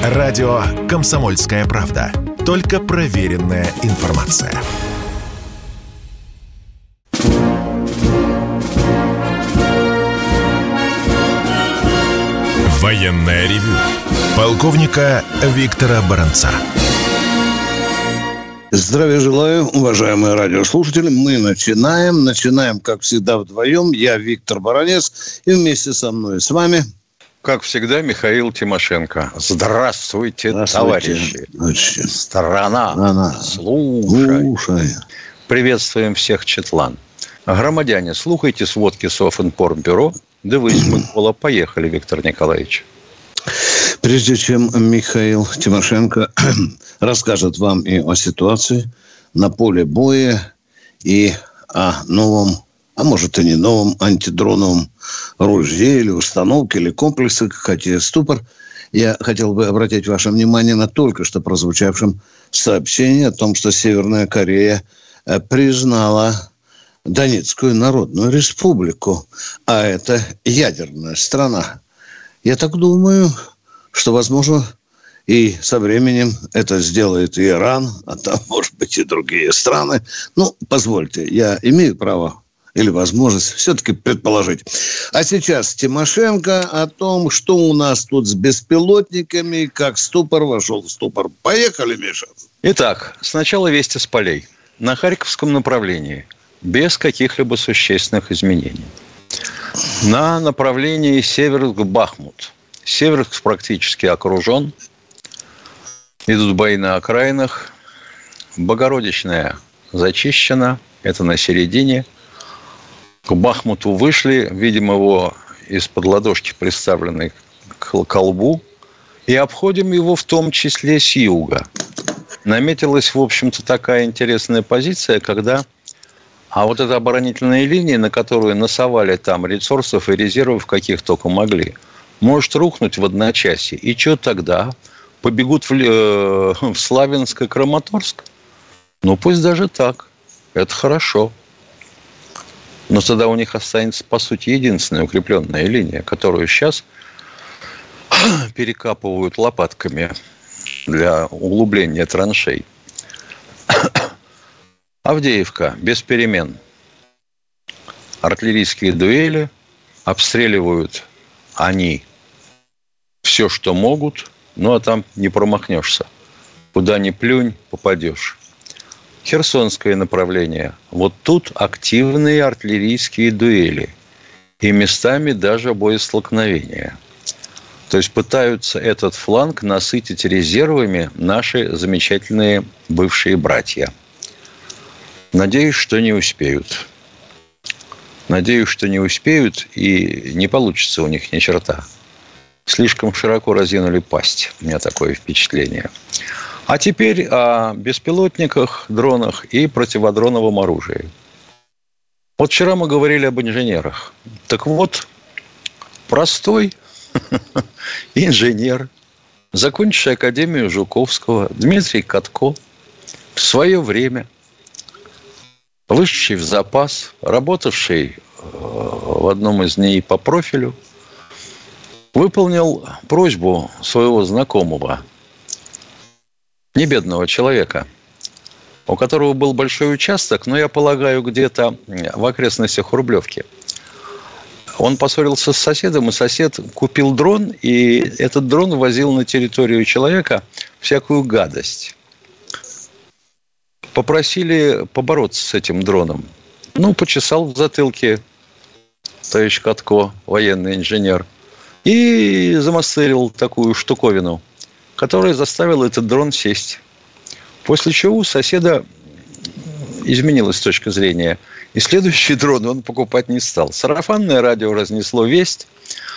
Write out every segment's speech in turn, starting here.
Радио «Комсомольская правда». Только проверенная информация. Военное ревю полковника Виктора Баранца. Здравия желаю, уважаемые радиослушатели. Мы начинаем, как всегда, вдвоем. Я Виктор Баранец, и вместе со мной с вами, как всегда, Михаил Тимошенко. Здравствуйте, товарищи. Страна, слушай. Приветствуем всех четлан. Громадяне, слухайте сводки Софинформбюро. Дивись, Микола. Поехали, Виктор Николаевич. Прежде чем Михаил Тимошенко расскажет вам и о ситуации на поле боя, и о новом, а может и не новом, антидроновом ружье или установке, или комплексе, как хотите, «Ступор», я хотел бы обратить ваше внимание на только что прозвучавшем сообщении о том, что Северная Корея признала Донецкую Народную Республику, а это ядерная страна. Я так думаю, что, возможно, и со временем это сделает и Иран, а там, может быть, и другие страны. Ну, позвольте, я имею право или возможность все-таки предположить. А сейчас Тимошенко о том, что у нас тут с беспилотниками, как «Ступор» вошел в ступор. Поехали, Миша. Итак, сначала вести с полей. На Харьковском направлении без каких-либо существенных изменений. На направлении Северск-Бахмут. Северск практически окружен. Идут бои на окраинах. Богородичная зачищена. Это на середине. К Бахмуту вышли. Видим его из-под ладошки, приставленной к колбу. И обходим его в том числе с юга. Наметилась, в общем-то, такая интересная позиция, когда... А вот эта оборонительная линия, на которую насовали там ресурсов и резервов, каких только могли, может рухнуть в одночасье. И что тогда? Побегут в Славянск и Краматорск? Ну, пусть даже так. Это хорошо. Но тогда у них останется, по сути, единственная укрепленная линия, которую сейчас перекапывают лопатками для углубления траншей. Авдеевка без перемен. Артиллерийские дуэли. Обстреливают они все, что могут. Ну, а там не промахнешься. Куда ни плюнь, попадешь. Херсонское направление. Вот тут активные артиллерийские дуэли. И местами даже боестолкновения. То есть пытаются этот фланг насытить резервами наши замечательные бывшие братья. Надеюсь, что не успеют. Надеюсь, что не успеют, и не получится у них ни черта. Слишком широко разинули пасть. У меня такое впечатление. А теперь о беспилотниках, дронах и противодроновом оружии. Вот вчера мы говорили об инженерах. Так вот, простой инженер, закончивший Академию Жуковского, Дмитрий Катко, в свое время вышедший в запас, работавший в одном из НИИ по профилю, выполнил просьбу своего знакомого, небедного человека, у которого был большой участок, но, я полагаю, где-то в окрестностях Рублевки. Он поссорился с соседом, и сосед купил дрон, и этот дрон возил на территорию человека всякую гадость. Попросили побороться с этим дроном. Ну, почесал в затылке товарищ Катко, военный инженер, и замастерил такую штуковину, которая заставила этот дрон сесть. После чего у соседа изменилась точка зрения. И следующий дрон он покупать не стал. Сарафанное радио разнесло весть.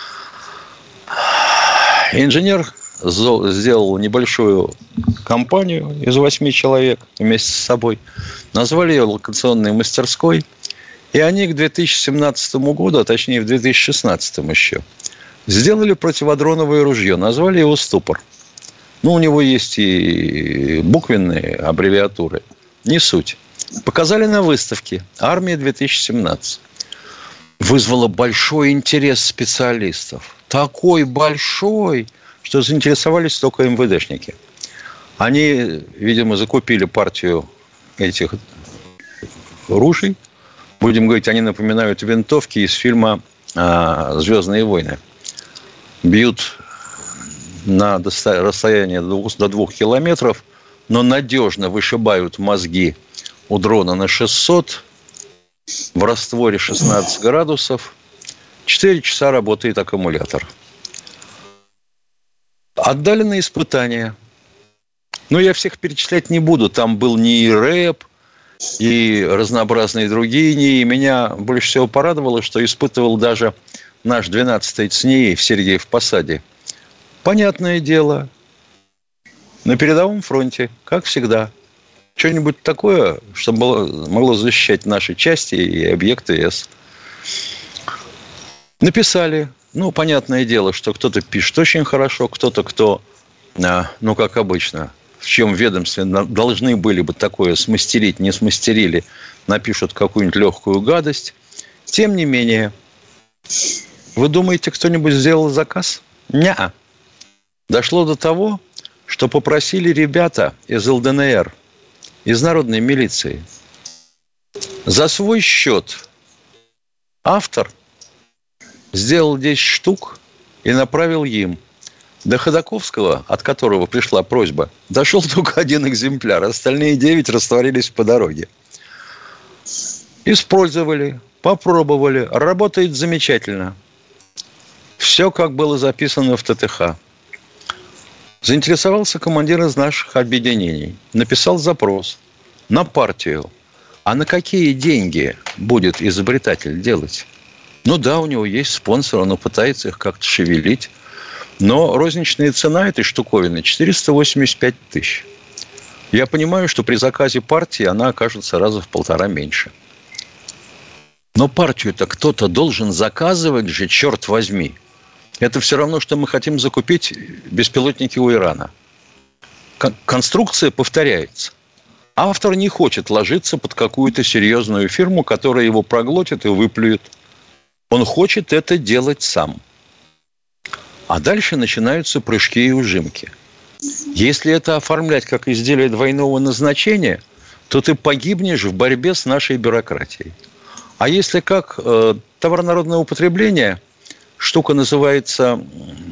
Инженер сделал небольшую компанию из 8 человек вместе с собой. Назвали ее локационной мастерской. И они к 2017 году, а точнее в 2016 еще, сделали противодроновое ружье. Назвали его «Ступор». Ну, у него есть и буквенные аббревиатуры. Не суть. Показали на выставке «Армия-2017». Вызвало большой интерес специалистов. Такой большой, что заинтересовались только МВДшники. Они, видимо, закупили партию этих ружей. Будем говорить, они напоминают винтовки из фильма «Звездные войны». Бьют на расстояние до 2 километров, но надежно вышибают мозги у дрона на 600, в растворе 16 градусов. 4 часа работает аккумулятор. Отдали на испытания. Но я всех перечислять не буду. Там был не и рэп, и разнообразные другие НИИ. Меня больше всего порадовало, что испытывал даже наш 12-й ЦНИИ в Сергеев Посаде. Понятное дело, на передовом фронте, как всегда. Что-нибудь такое, чтобы могло защищать наши части и объекты С. Написали. Понятное дело, что кто-то пишет очень хорошо, кто-то, как обычно, в чьем ведомстве должны были бы такое смастерить, не смастерили, напишут какую-нибудь легкую гадость. Тем не менее, вы думаете, кто-нибудь сделал заказ? Не-а. Дошло до того, что попросили ребята из ЛДНР, из народной милиции, за свой счет автор сделал 10 штук и направил им. До Ходаковского, от которого пришла просьба, дошел только 1 экземпляр. Остальные 9 растворились по дороге. Использовали, попробовали. Работает замечательно. Все, как было записано в ТТХ. Заинтересовался командир из наших объединений. Написал запрос на партию. А на какие деньги будет изобретатель делать? У него есть спонсор, он пытается их как-то шевелить. Но розничная цена этой штуковины 485 тысяч. Я понимаю, что при заказе партии она окажется раза в 1,5 меньше. Но партию-то кто-то должен заказывать же, черт возьми. Это все равно, что мы хотим закупить беспилотники у Ирана. Конструкция повторяется. Автор не хочет ложиться под какую-то серьезную фирму, которая его проглотит и выплюет. Он хочет это делать сам. А дальше начинаются прыжки и ужимки. Если это оформлять как изделие двойного назначения, то ты погибнешь в борьбе с нашей бюрократией. А если как товар народного потребления, штука называется,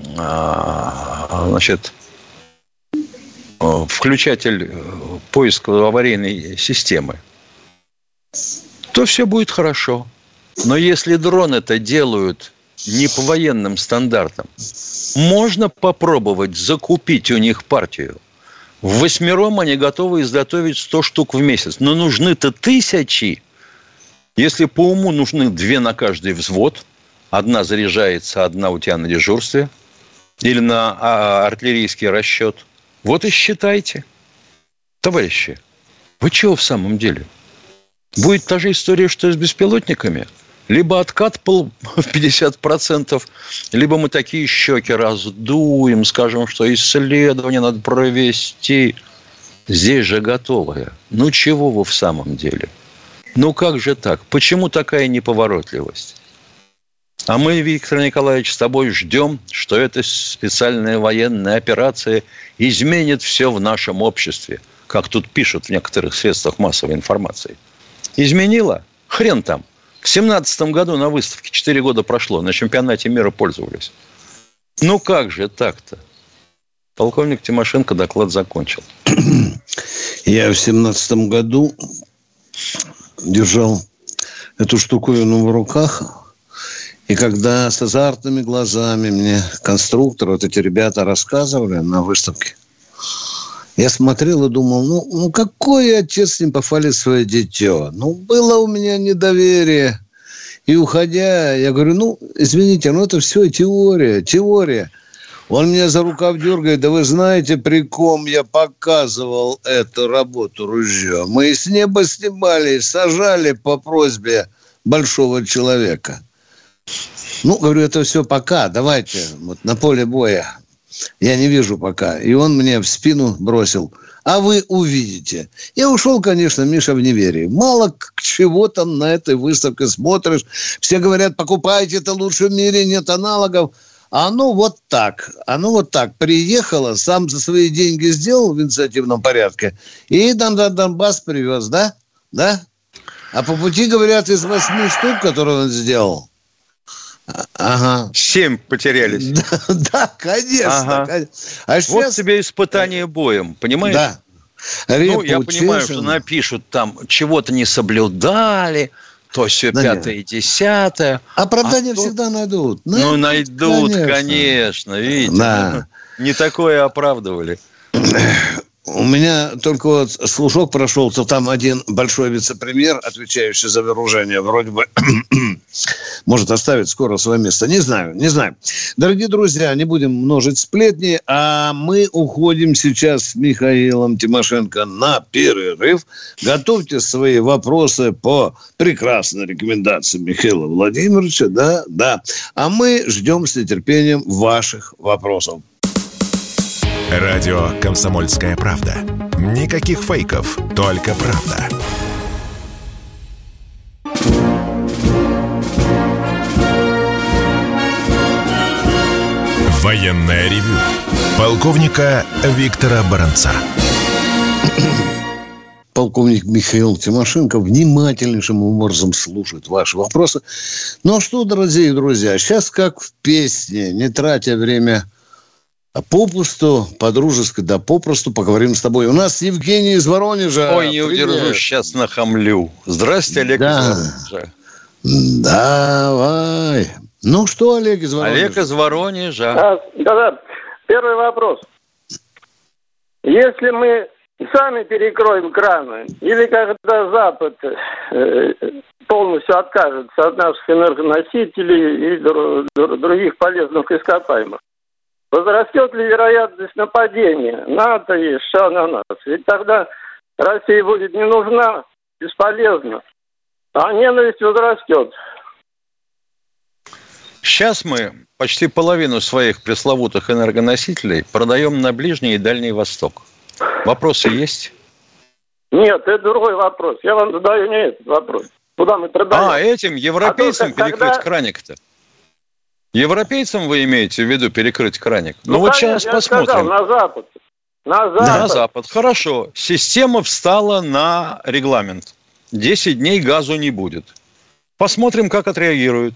включатель поиска аварийной системы, то все будет хорошо. Но если дрон это делают не по военным стандартам, можно попробовать закупить у них партию. В 8 они готовы изготовить 100 штук в месяц. Но нужны-то 1000. Если по уму нужны 2 на каждый взвод, 1 заряжается, 1 у тебя на дежурстве или на артиллерийский расчет. Вот и считайте. Товарищи, вы чего в самом деле? Будет та же история, что и с беспилотниками. Либо откат в 50%, либо мы такие щеки раздуем, скажем, что исследование надо провести. Здесь же готовое. Чего вы в самом деле? Как же так? Почему такая неповоротливость? А мы, Виктор Николаевич, с тобой ждем, что эта специальная военная операция изменит все в нашем обществе, как тут пишут в некоторых средствах массовой информации. Изменила? Хрен там. В 2017 году на выставке 4 года прошло, на чемпионате мира пользовались. Как же так-то? Полковник Тимошенко доклад закончил. Я в 2017 году держал эту штуковину в руках, и когда с азартными глазами мне конструкторы, эти ребята рассказывали на выставке, я смотрел и думал, какой отец не пофалит свое дитё? Было у меня недоверие. И уходя, я говорю, извините, это все теория. Он меня за рукав дергает, да вы знаете, при ком я показывал эту работу ружье. Мы с неба снимали, сажали по просьбе большого человека. Говорю, это все пока, давайте, на поле боя. Я не вижу пока. И он мне в спину бросил. А вы увидите. Я ушел, конечно, Миша, в неверии. Мало чего там на этой выставке смотришь. Все говорят, покупайте, это лучше в мире, нет аналогов. оно вот так. Приехало, сам за свои деньги сделал в инициативном порядке и на Донбасс привез, да? Да? А по пути, говорят, из 8 штук, которые он сделал, 7 потерялись. Да, конечно. А сейчас... Вот тебе испытание боем, понимаешь? Да. Я понимаю, что напишут там, чего-то не соблюдали, то все 5-е, 10-е. Оправдания всегда найдут. Найдут, конечно, видите. Да. Не такое оправдывали. У меня только вот слушок прошелся, там один большой вице-премьер, отвечающий за вооружение, вроде бы может оставить скоро свое место. Не знаю. Дорогие друзья, не будем множить сплетни, а мы уходим сейчас с Михаилом Тимошенко на перерыв. Готовьте свои вопросы по прекрасной рекомендации Михаила Владимировича, да. А мы ждем с нетерпением ваших вопросов. Радио «Комсомольская правда». Никаких фейков, только правда. Военное ревю полковника Виктора Баранца. Полковник Михаил Тимошенко внимательнейшим образом слушает ваши вопросы. Ну а что, дорогие друзья, сейчас как в песне, не тратя время попусту, по-дружески, да попросту поговорим с тобой. У нас Евгений из Воронежа. Ой, не удержусь, сейчас нахамлю. Здрасте, Олег из Воронежа. Давай. Ну что, Олег из Воронежа? Олег из Воронежа. Да. Первый вопрос. Если мы сами перекроем краны, или когда Запад полностью откажется от наших энергоносителей и других полезных ископаемых, возрастет ли вероятность нападения НАТО и США на нас? Ведь тогда Россия будет не нужна, бесполезна, а ненависть возрастет. Сейчас мы почти половину своих пресловутых энергоносителей продаем на Ближний и Дальний Восток. Вопросы есть? Нет, это другой вопрос. Я вам задаю не этот вопрос. Куда мы продаем? Этим европейцам перекрыть краник-то? Европейцам вы имеете в виду перекрыть краник? Вот сейчас посмотрим. Сказал, на Запад. На Запад. Хорошо. Система встала на регламент. 10 дней газу не будет. Посмотрим, как отреагируют.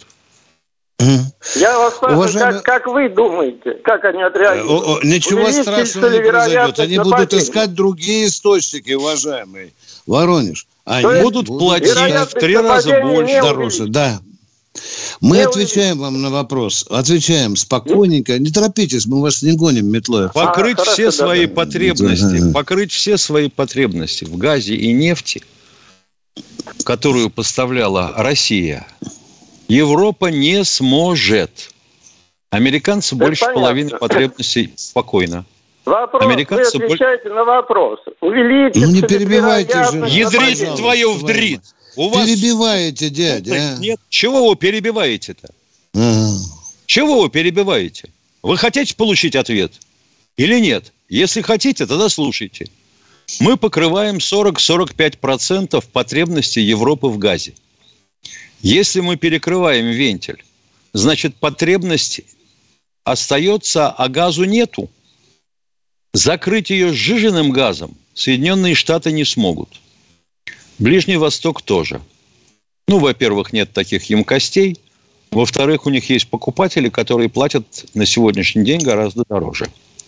Я вас спрашиваю, как вы думаете, как они отреагируют? Ничего страшного не произойдет. Они будут искать другие источники, уважаемые. Воронеж. Они будут платить в 3 раза больше. Дороже, да. Мы отвечаем вам на вопрос. Отвечаем спокойненько. Не торопитесь, мы вас не гоним метлой. Покрыть все свои потребности. Покрыть все свои потребности в газе и нефти, которую поставляла Россия, Европа не сможет. Американцы больше половины потребностей спокойно. Вопрос, вы отвечаете на вопрос. Увеличится не перебивайте же. Ядрить твою вдрит. Перебиваете, дядя. Нет, чего вы перебиваете-то? Чего вы перебиваете? Вы хотите получить ответ или нет? Если хотите, тогда слушайте. Мы покрываем 40-45% потребностей Европы в газе. Если мы перекрываем вентиль, значит, потребность остается, а газу нету. Закрыть ее сжиженным газом Соединенные Штаты не смогут. Ближний Восток тоже. Во-первых, нет таких емкостей. Во-вторых, у них есть покупатели, которые платят на сегодняшний день гораздо дороже.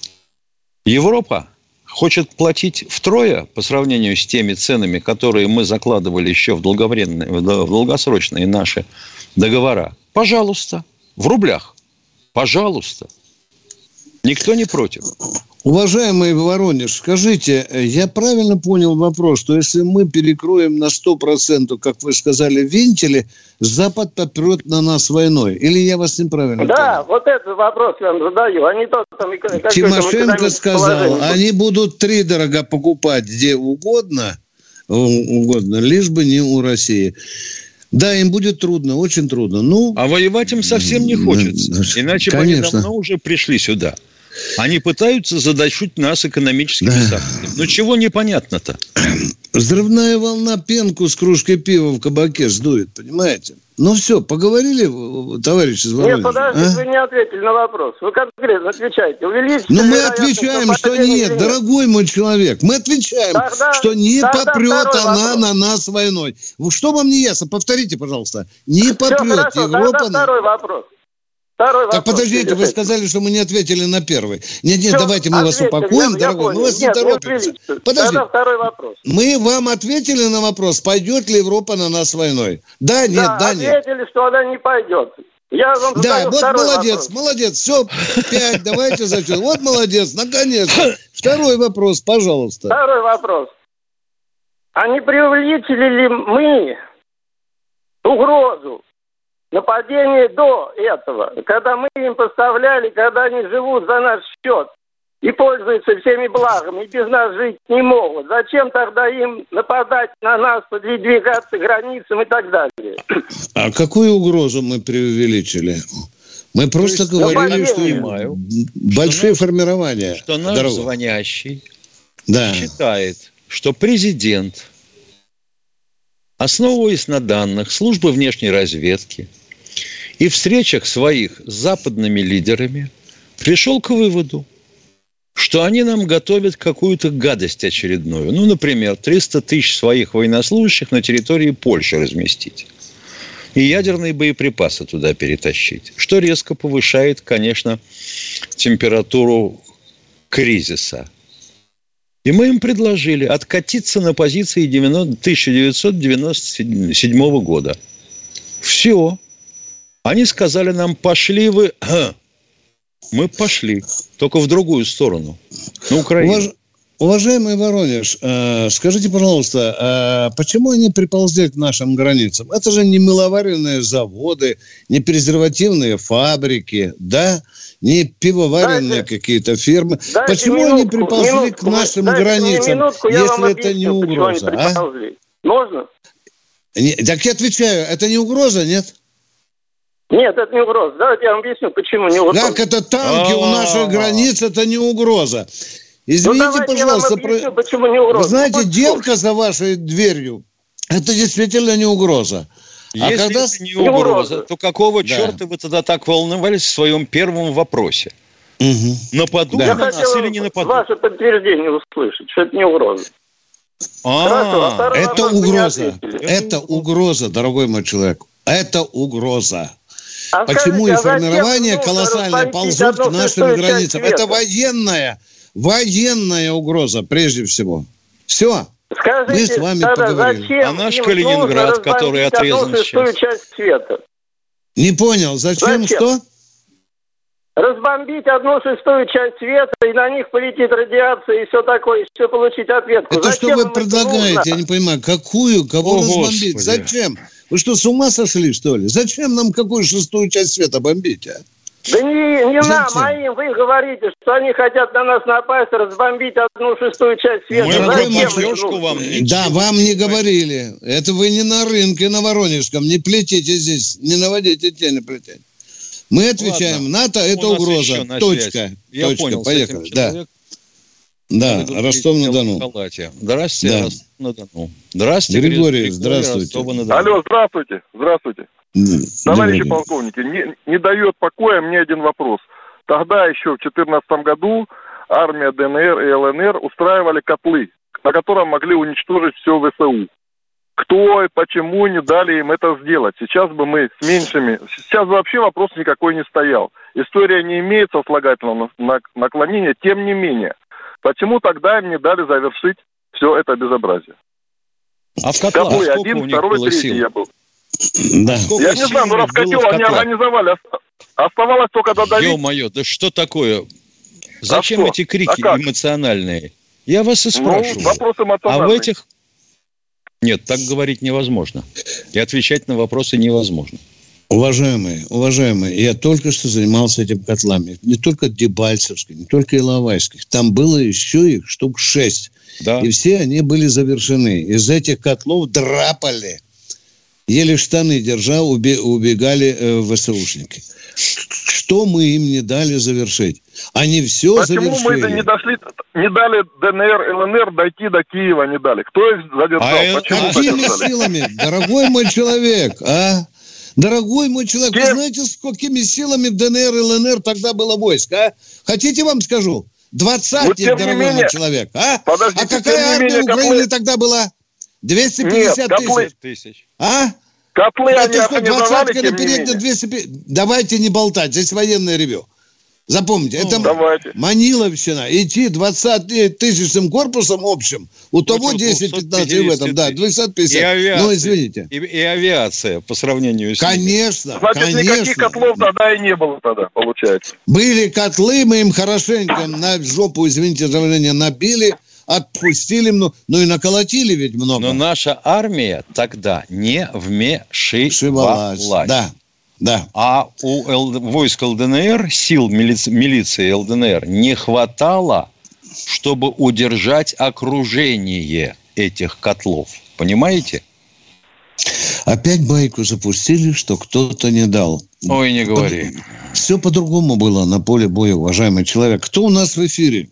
Европа хочет платить втрое по сравнению с теми ценами, которые мы закладывали еще в долгосрочные наши договора. Пожалуйста, в рублях. Пожалуйста. Никто не против. Уважаемый Воронеж, скажите, я правильно понял вопрос, что если мы перекроем на 100%, как вы сказали, вентили, Запад попрет на нас войной? Или я вас неправильно понял? Да, вот этот вопрос я вам задаю. Тимошенко сказал, они будут втридорога покупать где угодно, лишь бы не у России. Да, им будет трудно, очень трудно. А воевать им совсем не хочется. Иначе бы они давно уже пришли сюда. Они пытаются задушить нас экономическими санкциями. Чего непонятно-то? Взрывная волна пенку с кружкой пива в кабаке сдует, понимаете? Ну все, поговорили, товарищ из Воронежа? Нет, подождите, вы не ответили на вопрос. Вы конкретно отвечаете. Ну мы отвечаем, что нет, дорогой мой человек. Мы отвечаем, что не попрет она на нас войной. Что вам не ясно? Повторите, пожалуйста. Не попрет Европа... Второй вопрос. Так подождите, вы сказали, что мы не ответили на первый. Нет, давайте мы вас упакуем, дорогой. Мы вас не торопимся. Подождите. Второй вопрос. Мы вам ответили на вопрос, пойдет ли Европа на нас войной? Да, нет, да, нет. Ответили, что она не пойдет. Я вам да, вот молодец, все, 5, давайте зачем. Вот молодец, наконец-то. Второй вопрос, пожалуйста. Второй вопрос. А не преувеличили ли мы угрозу нападения до этого, когда мы им поставляли, когда они живут за наш счет и пользуются всеми благами, и без нас жить не могут? Зачем тогда им нападать на нас, подвигаться к границам и так далее? А какую угрозу мы преувеличили? Мы просто говорили, что большие формирования. Что наш звонящий считает, что президент, основываясь на данных службы внешней разведки и встречах своих с западными лидерами, пришел к выводу, что они нам готовят какую-то гадость очередную. Ну, например, 300 тысяч своих военнослужащих на территории Польши разместить. И ядерные боеприпасы туда перетащить. Что резко повышает, конечно, температуру кризиса. И мы им предложили откатиться на позиции 1997 года. Все. Они сказали нам, пошли вы... Мы пошли, только в другую сторону, на Украину. Уважаемый Воронеж, скажите, пожалуйста, почему они приползли к нашим границам? Это же не мыловаренные заводы, не презервативные фабрики, да? Не пивоваренные какие-то фирмы. Почему они приползли к нашим границам, если это не угроза? Можно? Так я отвечаю, это не угроза, нет? Нет, это не угроза. Давайте я вам объясню, почему не угроза. Как это танки у наших границ, это не угроза. Извините, пожалуйста. Почему не угроза? Вы знаете, девка за вашей дверью, это действительно не угроза. Если когда... это не угроза, то какого черта вы тогда так волновались в своем первом вопросе? Нападут на нас или не нападут? Я хотел ваше подтверждение услышать, что это не угроза. Это угроза. Это угроза, дорогой мой человек. Это угроза. Почему и формирование колоссальное ползут к нашим границам? Это военная угроза, прежде всего. Все. Скажите, мы с вами поговорили. А наш Калининград, который отрезан сейчас? Часть света? Не понял, зачем? Что? Разбомбить 1/6 часть света, и на них полетит радиация, и все такое, и все получить ответку. Это зачем что вы предлагаете? Я не понимаю. Какую? Кого разбомбить? Господи. Зачем? Вы что, с ума сошли, что ли? Зачем нам какую 6-ю часть света бомбить, а? Да не нам, а им. Вы говорите, что они хотят на нас напасть, разбомбить 1/6 часть света. Да, вам не говорили. Это вы не на рынке на Воронежском. Не плетите здесь, не наводите тень на плетень. Мы отвечаем, НАТО – это угроза. Точка. Я понял, поехали. Да, Ростов-на-Дону. Здравствуйте, да. Ростов-на-Дону. Здравствуйте, Григорий, здравствуйте. Алло, здравствуйте. Товарищи полковники, не дает покоя мне один вопрос. Тогда еще в 2014 году армия ДНР и ЛНР устраивали котлы, на котором могли уничтожить все ВСУ. Кто и почему не дали им это сделать? Сейчас бы мы с меньшими... Сейчас вообще вопрос никакой не стоял. История не имеет сослагательного наклонения, тем не менее. Почему тогда им не дали завершить все это безобразие? А в котлах сколько 1, у них 2, было 3 сил? я был. Да. Я не знаю, но раз котел они организовали, оставалось только додавить. Ё-моё, да что такое? Зачем эти крики эмоциональные? Я вас и спрашиваю. Вопрос эмоциональный. А в этих... Нет, так говорить невозможно. И отвечать на вопросы невозможно. Уважаемые, я только что занимался этими котлами. Не только Дебальцевских, не только Иловайских. Там было еще их штук 6. Да. И все они были завершены. Из этих котлов драпали. Еле штаны держа, убегали ВСУшники. Что мы им не дали завершить? Они все Почему завершили. мы не дошли, не дали ДНР, ЛНР дойти до Киева, не дали? Кто их задержал? Почему Какими задержали? силами, дорогой мой человек, а? Дорогой мой человек, вы знаете, с какими силами в ДНР и ЛНР тогда было войск, а? Хотите, вам скажу? 20, дорогой мой человек, а? Подождите, а какая армия Украины тогда была? 250 тысяч. А? Котлы они Это что, организовали, 20 на переднем 250? Давайте не болтать, здесь военное ревю. Запомните, это Маниловщина. Идти 20-тысячным корпусом общим, у того 10-15 и в этом, да, 250. Ну, извините. И авиация по сравнению с ними. Конечно, значит, никаких котлов тогда и не было тогда, получается. Были котлы, мы им хорошенько на жопу, извините за выражение, набили, отпустили, ну и наколотили ведь много. Но наша армия тогда не вмешивалась. Да. А у войск ЛДНР, сил милиции ЛДНР не хватало, чтобы удержать окружение этих котлов. Понимаете? Опять байку запустили, что кто-то не дал. Ой, не говори. Все по-другому было на поле боя, уважаемый человек. Кто у нас в эфире?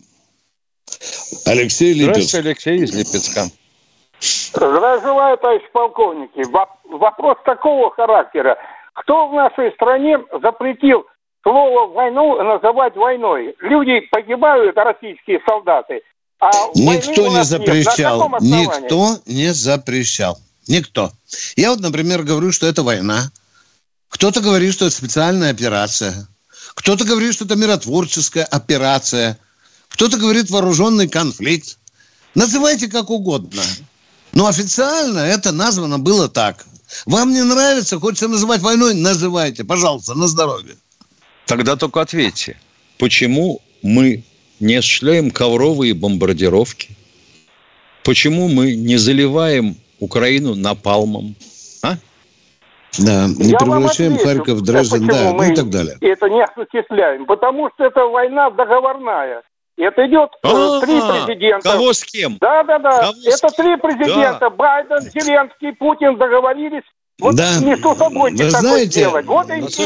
Алексей Липецк. Здравствуйте, Алексей из Липецка. Здравия желаю, товарищ полковники. Вопрос такого характера. Кто в нашей стране запретил слово «войну» называть войной? Люди погибают, российские солдаты. А никто не запрещал. Никто не запрещал. Никто. Я вот, например, говорю, что это война. Кто-то говорит, что это специальная операция. Кто-то говорит, что это миротворческая операция. Кто-то говорит вооруженный конфликт. Называйте как угодно. Но официально это названо было так. Вам не нравится, хочется называть войной, называйте. Пожалуйста, на здоровье. Тогда только ответьте. Почему мы не осуществляем ковровые бомбардировки? Почему мы не заливаем Украину напалмом? А? Да, не превращаем Харьков в Дрезден, да, ну и так далее. Это не осуществляем, потому что это война договорная. Это идет 3 президента. Кого с кем? Да. Это 3 президента. Да. Байден, Зеленский, Путин договорились. Вот между собой вы знаете, сделать. Вот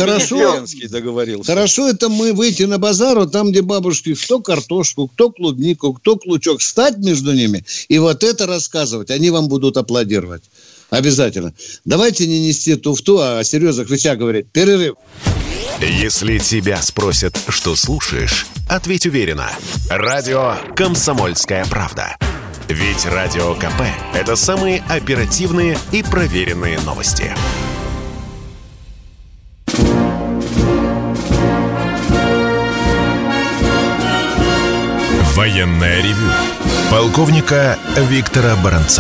хорошо это мы выйти на базар, вот там, где бабушки, кто картошку, кто клубнику, кто клучок, встать между ними и вот это рассказывать. Они вам будут аплодировать. Обязательно. Давайте не нести туфту, а о серьезных вещах говорить. Перерыв. Если тебя спросят, что слушаешь, ответь уверенно. Радио «Комсомольская правда». Ведь Радио КП – это самые оперативные и проверенные новости. Военное ревю полковника Виктора Баранца.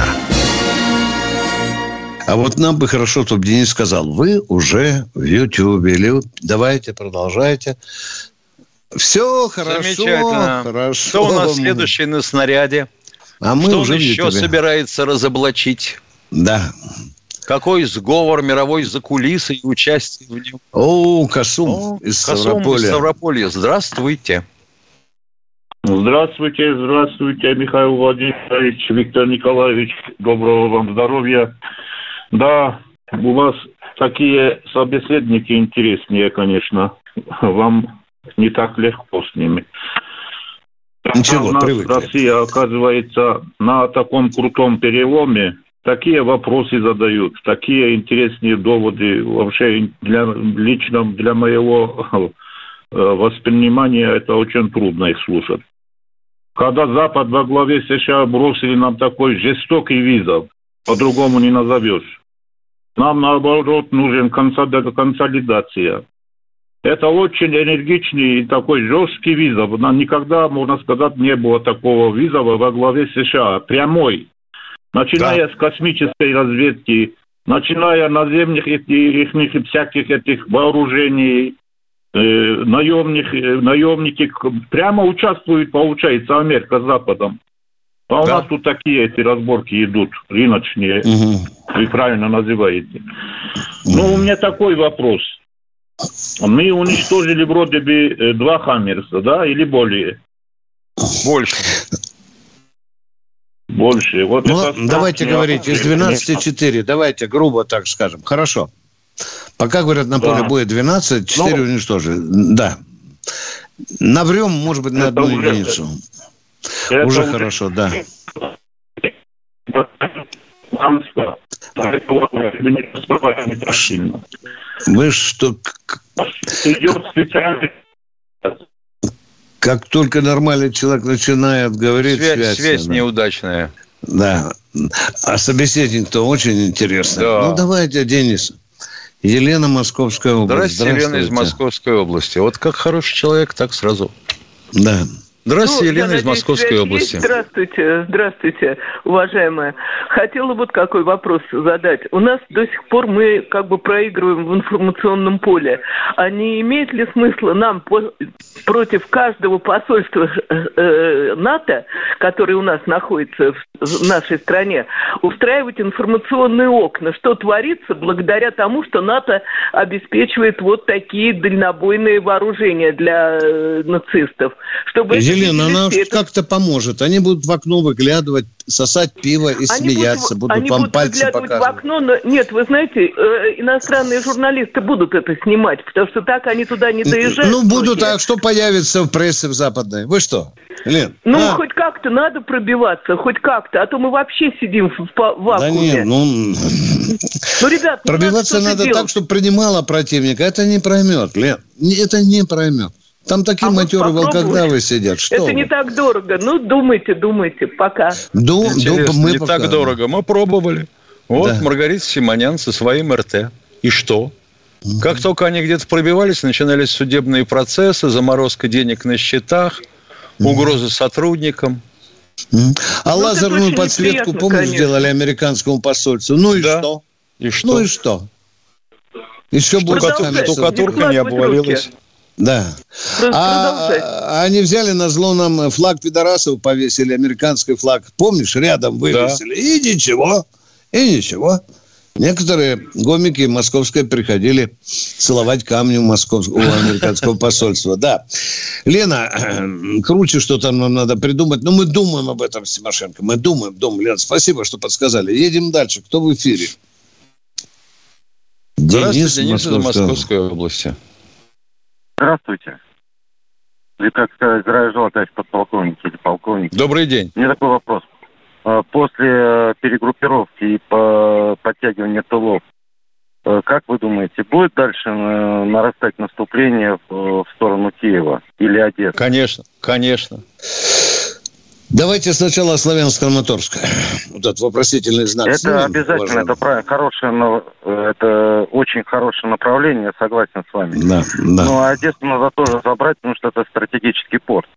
А вот нам бы хорошо, чтобы Денис сказал, вы уже в Ютьюбе, или давайте, продолжайте. Все хорошо. Замечательно. Хорошо. Что у нас следующий на снаряде? А мы что уже он еще собирается разоблачить? Да. Какой сговор мировой закулисы и участие в нем? Касум из Ставрополья. Здравствуйте. Здравствуйте, Михаил Владимирович, Виктор Николаевич. Доброго вам здоровья. Да, у вас такие собеседники интереснее, конечно. Вам не так легко с ними. Ничего, у нас привыкли. Россия, оказывается, на таком крутом переломе. Такие вопросы задают, такие интересные доводы. Вообще, лично для моего воспринимания это очень трудно их слушать. Когда Запад во главе США бросили нам такой жестокий вызов, по-другому не назовешь. Нам, наоборот, нужен консолидация. Это очень энергичный и такой жесткий вызов. Никогда, можно сказать, не было такого вызова во главе США. Прямой. Начиная с космической разведки, начиная наземных их всяких этих вооружений, наемники прямо участвуют, получается, Америка с Западом. А у нас тут такие эти разборки идут, рыночные, вы правильно называете. Ну, у меня такой вопрос. Мы уничтожили вроде бы 2 «Хаммерса», да, или более? Больше. Вот давайте говорить, из 12 4, давайте грубо так скажем. Хорошо. Пока, говорят, на поле боя 12, 4 уничтожили. Да. Наврем, может быть, на одну единицу. Уже хорошо, да. Вы что... Как только нормальный человек начинает говорить... Связь неудачная. Да. А собеседник-то очень интересный. Да. Ну, давайте, Денис. Елена, Московская область. Здравствуйте, Елена из Московской области. Вот как хороший человек, так сразу. Да. Здравствуйте, Елена из Московской области. Здравствуйте, уважаемая. Хотела вот какой вопрос задать. У нас до сих пор мы как бы проигрываем в информационном поле. А не имеет ли смысла нам против каждого посольства НАТО, которое у нас находится в нашей стране, устраивать информационные окна? Что творится благодаря тому, что НАТО обеспечивает вот такие дальнобойные вооружения для нацистов? Чтобы Елена, она как-то поможет. Они будут в окно выглядывать, сосать пиво и смеяться. Будут вам пальцы показывать. В окно, но... Нет, вы знаете, иностранные журналисты будут это снимать, потому что так они туда не доезжают. Ну, будут, а что появится в прессе в западной? Вы что, Лен? Хоть как-то надо пробиваться, хоть как-то, а то мы вообще сидим в вакууме. Да нет, ребят, пробиваться надо так, чтобы принимало противника. Это не проймет, Лен. Это не проймет. Там такие матерые волкодавы сидят. Что это не так дорого. Ну, думайте. Пока. Не так дорого. Мы пробовали. Вот да. Маргарита Симонян со своим РТ. И что? Как только они где-то пробивались, начинались судебные процессы, заморозка денег на счетах, угрозы сотрудникам. А лазерную подсветку, помнишь, сделали американскому посольству? Ну и что? И что? Ну и что? Еще штукатурка не обвалилась. Да. А они взяли назло нам флаг пидорасов, повесили, американский флаг. Помнишь, рядом вывесили. Да. И ничего. Некоторые гомики московские приходили целовать камни у американского посольства. Да. Лена, круче, что там нам надо придумать. Но мы думаем об этом с Тимошенко. Мы думаем. Лена, спасибо, что подсказали. Едем дальше. Кто в эфире? Денис из Московской области. Здравствуйте. Или, как сказать, здравия желаю, товарищ подполковник или полковник. Добрый день. У меня такой вопрос. После перегруппировки и подтягивания тылов, как вы думаете, будет дальше нарастать наступление в сторону Киева или Одессы? Конечно. Давайте сначала Славянск-Краматорск. Вот этот вопросительный знак. Это обязательно, это правильно. Это очень хорошее направление, согласен с вами. Да. Но Одессу надо тоже забрать, потому что это стратегический порт.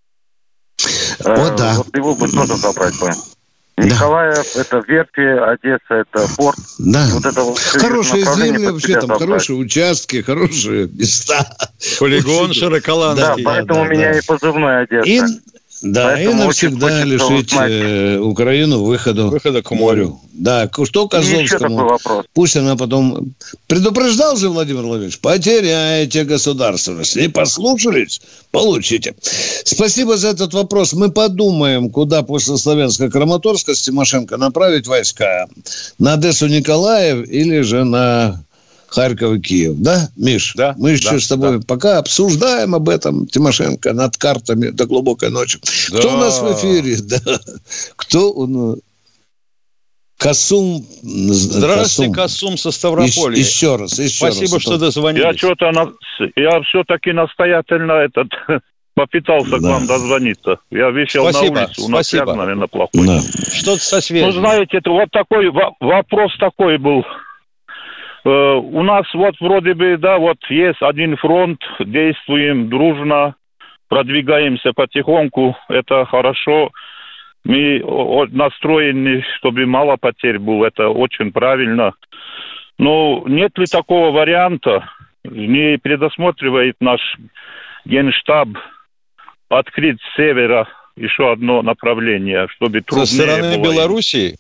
Да. Вот его бы тоже забрать бы. Николаев, это верфи, Одесса, это порт. Да. Вот это хорошие земли вообще, там хорошие участки, хорошие места. Полигон Широколанский. Да, поэтому у меня и позывной Одесса. И навсегда лишить Украину выхода к морю. Да, что Козловскому? Пусть она потом... Предупреждал же Владимир Владимирович, потеряете государственность. Не послушались? Получите. Спасибо за этот вопрос. Мы подумаем, куда после Славянска-Краматорска с Тимошенко направить войска. На Одессу, Николаев или же на... Харьков и Киев, да, Миш? Да. Мы еще с тобой пока обсуждаем об этом, Тимошенко, над картами до глубокой ночи. Да. Кто у нас в эфире? Да. Кто у нас? Касум. Здравствуйте, Касум со Ставрополья. Еще раз. Спасибо, что дозвонились. Я все-таки настоятельно попытался к вам дозвониться. Я вышел на улицу, у нас связь, наверное, плохой. Да. Что-то со связью. Ну, знаете, это вот такой вопрос такой был. У нас вот вроде бы, да, вот есть один фронт, действуем дружно, продвигаемся потихоньку, это хорошо. Мы настроены, чтобы мало потерь было, это очень правильно. Но нет ли такого варианта, не предусматривает наш генштаб открыть с севера еще одно направление, чтобы труднее было. Со стороны Белоруссии?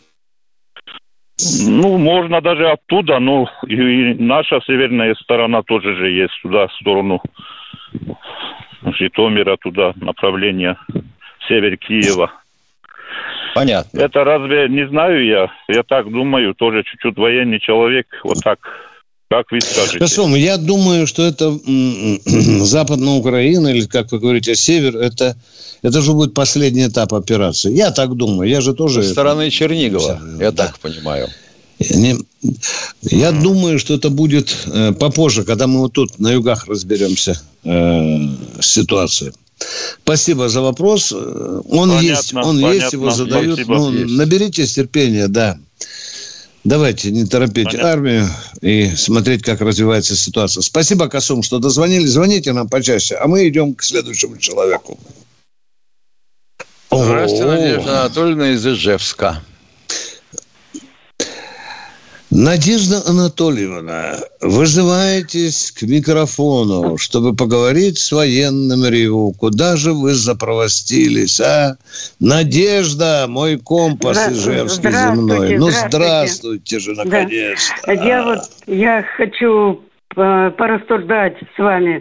Ну, можно даже оттуда, но и наша северная сторона тоже же есть туда, в сторону Житомира, туда направление север Киева. Понятно. Это разве, не знаю я так думаю, тоже чуть-чуть военный человек, вот так Как вы скажете? Хорошо, я думаю, что это Западная Украина, или, как вы говорите, Север, это же будет последний этап операции. Я так думаю. Я же тоже... Со стороны Чернигова, я так понимаю. Я думаю, что это будет попозже, когда мы вот тут на югах разберемся с ситуацией. Спасибо за вопрос. Он есть, его задают. Наберитесь терпения, да. Давайте не торопить армию и смотреть, как развивается ситуация. Спасибо, Касум, что дозвонили. Звоните нам почаще, а мы идем к следующему человеку. Здравствуйте, Надежда Анатольевна из Ижевска. Надежда Анатольевна, вызываетесь к микрофону, чтобы поговорить с военным РИУ. Куда же вы запровостились, а? Надежда, мой компас ижевский земной. Ну, здравствуйте же, наконец-то. Да. Я хочу порассуждать с вами.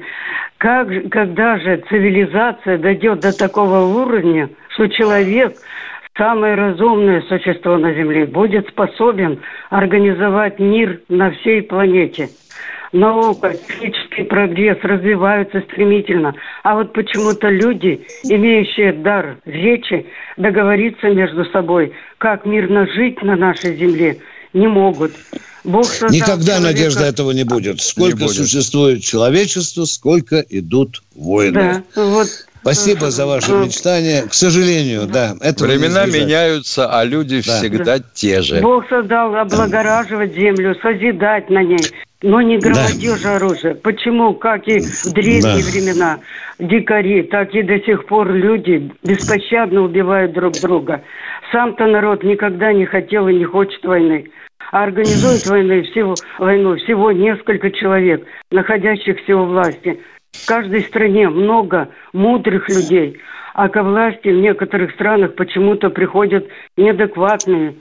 Когда же цивилизация дойдет до такого уровня, что человек... самое разумное существо на Земле будет способен организовать мир на всей планете. Наука, технический прогресс развиваются стремительно. А вот почему-то люди, имеющие дар речи, договориться между собой, как мирно жить на нашей Земле, не могут. Бог создал Никогда, человека... Надежда, этого не будет. Сколько существует человечество, сколько идут войны. Да, вот. Спасибо за ваше мечтание. К сожалению, да. Времена меняются, а люди всегда те же. Бог создал облагораживать землю, созидать на ней, но не громадеж оружия. Почему, как и в древние времена, дикари, так и до сих пор люди беспощадно убивают друг друга. Сам-то народ никогда не хотел и не хочет войны. А организует войну всего несколько человек, находящихся у власти. В каждой стране много мудрых людей, а ко власти в некоторых странах почему-то приходят неадекватные,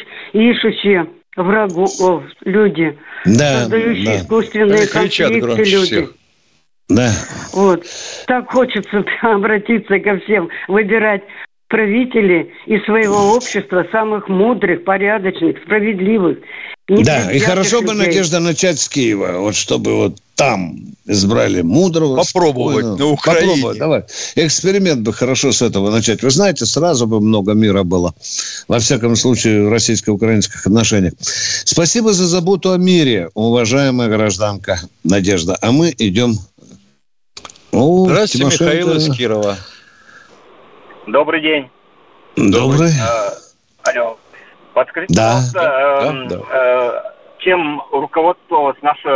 ищущие врагов люди, создающие искусственные конфликты люди. Всех. Да. Вот. Так хочется обратиться ко всем, выбирать правителей из своего общества самых мудрых, порядочных, справедливых. Да, и хорошо бы, Надежда, начать с Киева, вот чтобы вот там избрали мудрого. Попробовать на Украине. Попробовать, давай. Эксперимент бы хорошо с этого начать. Вы знаете, сразу бы много мира было. Во всяком случае, в российско-украинских отношениях. Спасибо за заботу о мире, уважаемая гражданка Надежда. А мы идем... Здравствуйте, Михаил из Кирова. Добрый день. Добрый. Алло. Подскажите, пожалуйста, чем руководствовалось наше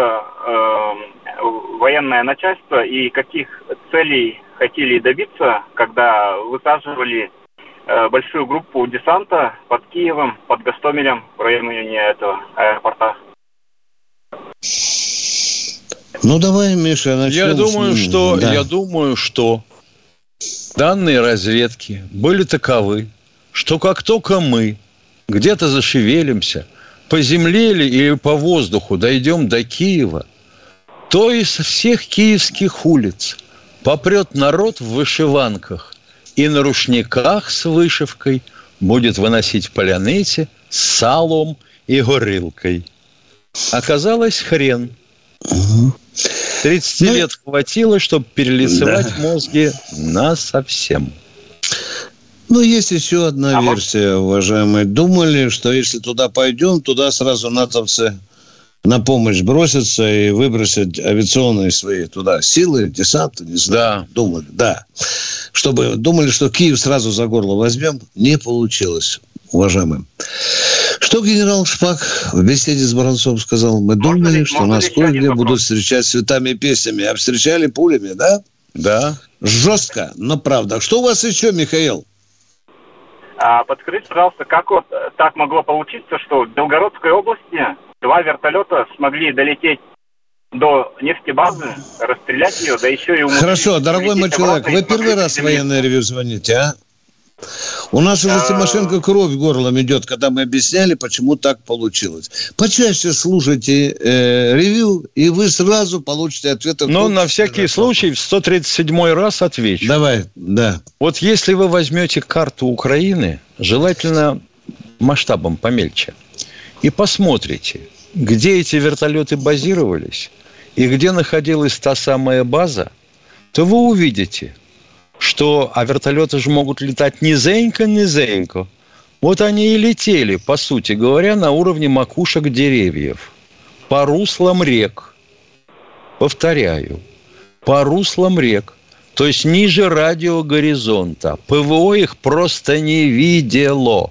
военное начальство и каких целей хотели добиться, когда высаживали большую группу десанта под Киевом, под Гостомелем в районе этого аэропорта? Ну, давай, Миша, начнем. Я думаю, что данные разведки были таковы, что как только мы где-то зашевелимся, по земле или по воздуху дойдем до Киева, то из всех киевских улиц попрет народ в вышиванках и на рушниках с вышивкой будет выносить паляницы с салом и горилкой. Оказалось, хрен. 30 лет хватило, чтобы перелицевать мозги насовсем. Ну, есть еще одна версия, уважаемые. Думали, что если туда пойдем, туда сразу натовцы на помощь бросятся и выбросят авиационные свои туда силы, десант, не знаю. Да. Думали, да. Думали, что Киев сразу за горло возьмем. Не получилось, уважаемые. Что генерал Шпак в беседе с Баранцом сказал? Мы думали, что нас кое-где будут встречать цветами и песнями, а встречали пулями, да? Да. Жестко, но правда. Что у вас еще, Михаил? Подскажите, пожалуйста, как вот так могло получиться, что в Белгородской области 2 вертолета смогли долететь до нефтебазы, расстрелять ее, да еще и... Хорошо, дорогой мой человек, вы первый раз в военное ревью звоните, а? У нас уже Тимошенко кровь горлом идет, когда мы объясняли, почему так получилось. Почаще слушайте ревью, и вы сразу получите ответы. Но на всякий случай в 137-й раз отвечу. Давай, да. Вот если вы возьмете карту Украины, желательно масштабом помельче, и посмотрите, где эти вертолеты базировались и где находилась та самая база, то вы увидите, что... А вертолеты же могут летать низенько. Вот они и летели, по сути говоря, на уровне макушек деревьев. По руслам рек. Повторяю. По руслам рек. То есть ниже радиогоризонта. ПВО их просто не видело.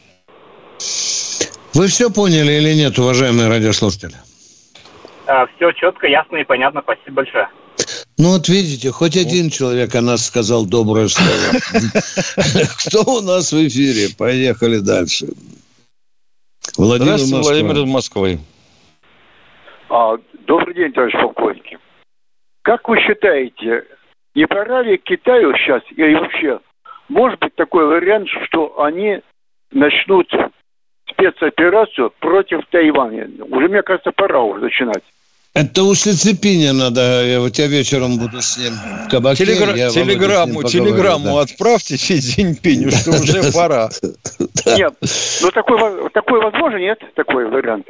Вы все поняли или нет, уважаемые радиослушатели? Все четко, ясно и понятно. Спасибо большое. Ну, вот видите, хоть один человек о нас сказал доброе слово. Кто у нас в эфире? Поехали дальше. Здравствуйте, Владимир из Москвы. Добрый день, товарищ полковник. Как вы считаете, не пора ли Китаю сейчас, или вообще, может быть такой вариант, что они начнут спецоперацию против Тайваня? Уже, мне кажется, пора уже начинать. Это у Си Цзиньпиня надо, я вечером буду с ним в кабаке. Телеграмму отправьте Си Цзиньпиню, что уже пора. Нет, ну такой возможно, нет, такой вариант?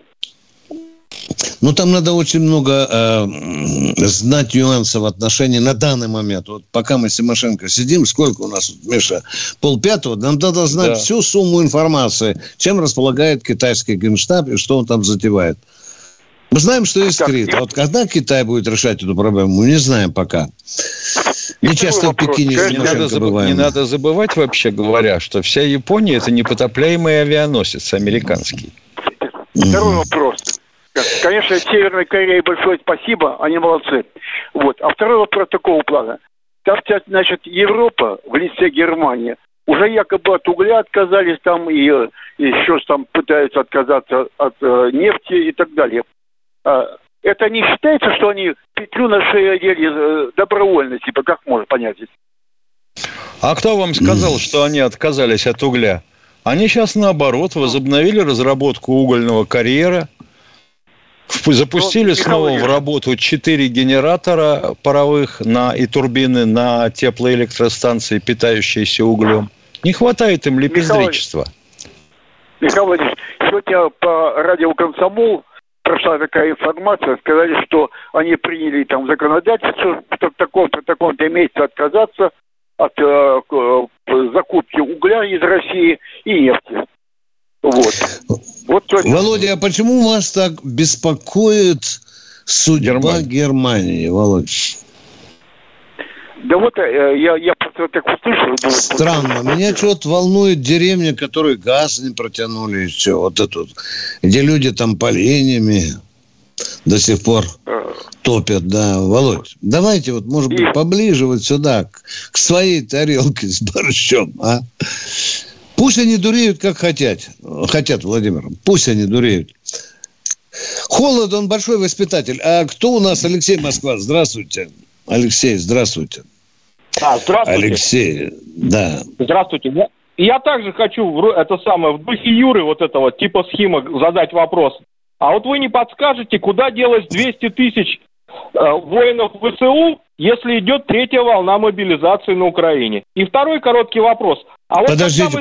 Ну, там надо очень много знать нюансов отношений на данный момент. Вот пока мы с Тимошенко сидим, сколько у нас, Миша, 4:30, нам надо знать всю сумму информации, чем располагает китайский генштаб и что он там затевает. Мы знаем, что искрит. А вот когда Китай будет решать эту проблему, мы не знаем пока. Не часто в Пекине не надо забывать, вообще говоря, что вся Япония – это непотопляемый авианосец американский. Второй вопрос. Конечно, Северной Корее большое спасибо, они молодцы. Вот. А второй вопрос такого плана. Там, значит, Европа в лице Германии уже якобы от угля отказались там и еще там пытаются отказаться от нефти и так далее. Это не считается, что они петлю на шею одели добровольно, типа, как можно понять здесь? А кто вам сказал, что они отказались от угля? Они сейчас, наоборот, возобновили разработку угольного карьера, запустили снова в работу 4 генератора паровых и турбины на теплоэлектростанции, питающиеся углем. Не хватает им лепездричества. Михаил Владимирович, сегодня по радио «Комсомол» прошла такая информация, сказали, что они приняли там законодательство, что в таком-то месяце отказаться от закупки угля из России и нефти. Вот. Володя, а почему вас так беспокоит судьба Германии, Володя? Да вот я просто так услышал. Странно. Меня что-то волнует деревня, которой газ не протянули, и все. Вот это вот, где люди там поленьями до сих пор топят, да. Володь, давайте вот, может быть, поближе вот сюда, к своей тарелке с борщом, а? Пусть они дуреют, как хотят, Владимир. Пусть они дуреют. Холод, он большой воспитатель. А кто у нас? Алексей, Москва. Здравствуйте. Алексей, здравствуйте. Здравствуйте. Алексей, да. Здравствуйте. Я также хочу в духе Юры вот этого типа схемы задать вопрос. А вот вы не подскажете, куда делать 200 тысяч воинов ВСУ, если идет 3-я волна мобилизации на Украине? И второй короткий вопрос. А вот подождите.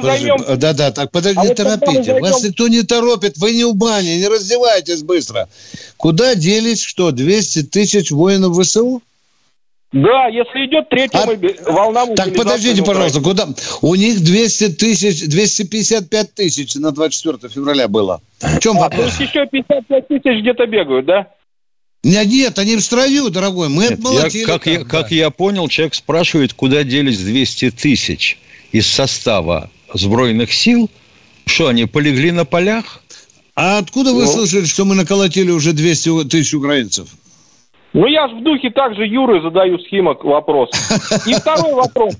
Не торопите. Вас никто не торопит. Вы не в бане, не раздевайтесь быстро. Куда делись, 200 тысяч воинов ВСУ? Да, если идет 3-я волна мобилизации. Так подождите, пожалуйста, куда? У них 200 тысяч, 255 тысяч на 24 февраля было. В чем вопрос? То есть еще 55 тысяч где-то бегают, да? Нет, они в строю, дорогой. Мы отмолотили. Как я понял, человек спрашивает, куда делись 200 тысяч из состава сбройных сил. Что, они полегли на полях? А откуда вы слышали, что мы наколотили уже 200 тысяч украинцев? Ну, я же в духе также Юры задаю схемок вопрос. И второй вопрос.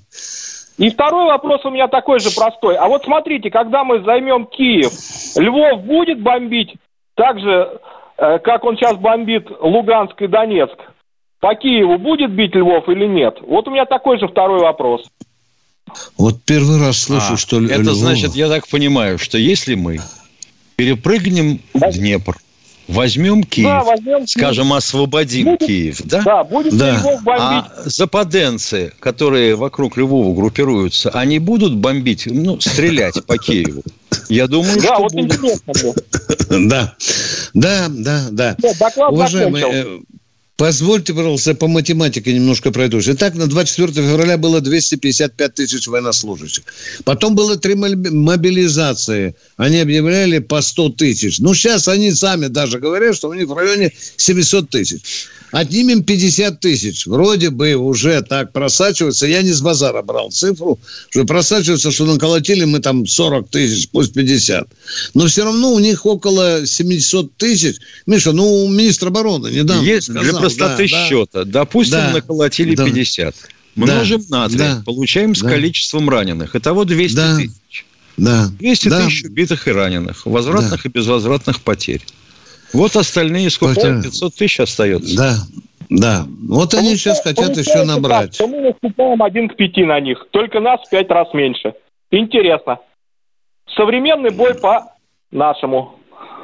У меня такой же простой. А вот смотрите, когда мы займем Киев, Львов будет бомбить так же, как он сейчас бомбит Луганск и Донецк? По Киеву будет бить Львов или нет? Вот у меня такой же второй вопрос. Вот первый раз слышу, что это Львов... значит, я так понимаю, что если мы перепрыгнем в Днепр, возьмем Киев, скажем, освободим Киев, да? Да, будет Львов бомбить. А западенцы, которые вокруг Львова группируются, они будут бомбить, стрелять по Киеву? Я думаю, что будут. Да. Да. Доклад Уважаемые, закончил. позвольте, пожалуйста, по математике немножко пройдусь. Итак, на 24 февраля было 255 тысяч военнослужащих. Потом было 3 мобилизации. Они объявляли по 100 тысяч. Ну, сейчас они сами даже говорят, что у них в районе 700 тысяч. Отнимем 50 тысяч. Вроде бы уже так просачивается. Я не с базара брал цифру, что просачивается, что наколотили мы там 40 тысяч, пусть 50. Но все равно у них около 700 тысяч. Миша, министр обороны недавно есть сказал. для простоты счета. Допустим, наколотили 50. Множим на 3. Получаем с количеством раненых. Итого 200 тысяч. 200 тысяч убитых и раненых. Возвратных и безвозвратных потерь. Вот остальные сколько? 500 тысяч остается. Да. Вот они сейчас хотят еще набрать. Так, мы наступаем 1 к 5 на них. Только нас в 5 раз меньше. Интересно. Современный бой по-нашему.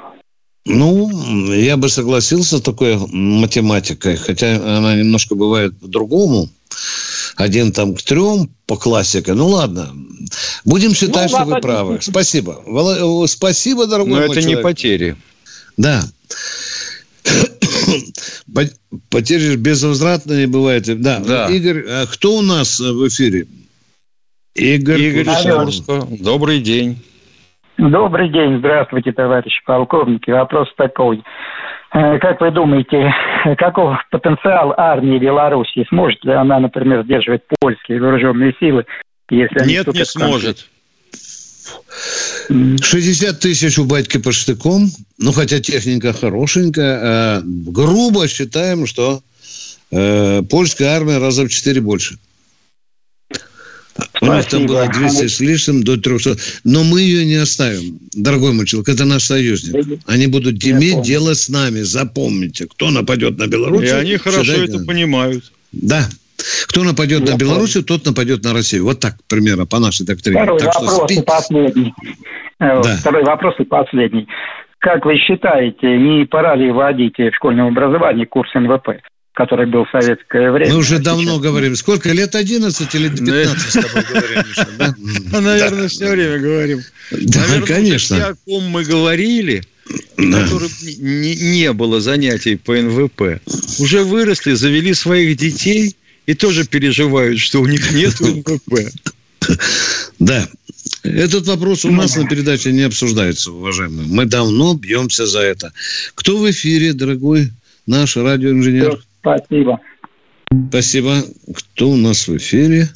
Я бы согласился с такой математикой, хотя она немножко бывает по-другому. 1 к 3 по классике. Ладно. Будем считать, что вы правы. Спасибо. Спасибо, дорогой мой человек. Но это не потери. Да. Потери безвозвратные бывают. Да. Игорь, а кто у нас в эфире? Игорь Курско. Добрый день. Добрый день. Здравствуйте, товарищи полковники. Вопрос такой. Как вы думаете, каков потенциал армии Беларуси? Сможет ли она, например, сдерживать польские вооруженные силы? Если Нет, не сможет. 60 тысяч у батьки по штыкам, хотя техника хорошенькая. Грубо считаем, что польская армия раза в 4 больше. У них там было 200 с лишним до 300. Но мы ее не оставим. Дорогой мой человек, это наш союзник. Они будут иметь дело с нами. Запомните, кто нападет на Беларусь. И они хорошо это понимают. Да. Кто нападет на Белоруссию, тот нападет на Россию. Вот так, примерно, по нашей доктрине. Второй вопрос и последний. Как вы считаете, не пора ли вводить в школьном образовании курс НВП, который был в советское время? Мы уже давно говорим. Сколько? Лет 11 или 15 с тобой говорим, Миша, да? Наверное, все время говорим. Да, конечно. Те, о ком мы говорили, которым не было занятий по НВП, уже выросли, завели своих детей и тоже переживают, что у них нет НВП. Да. Этот вопрос у нас на передаче не обсуждается, уважаемые. Мы давно бьемся за это. Кто в эфире, дорогой наш радиоинженер? Спасибо. Спасибо. Кто у нас в эфире?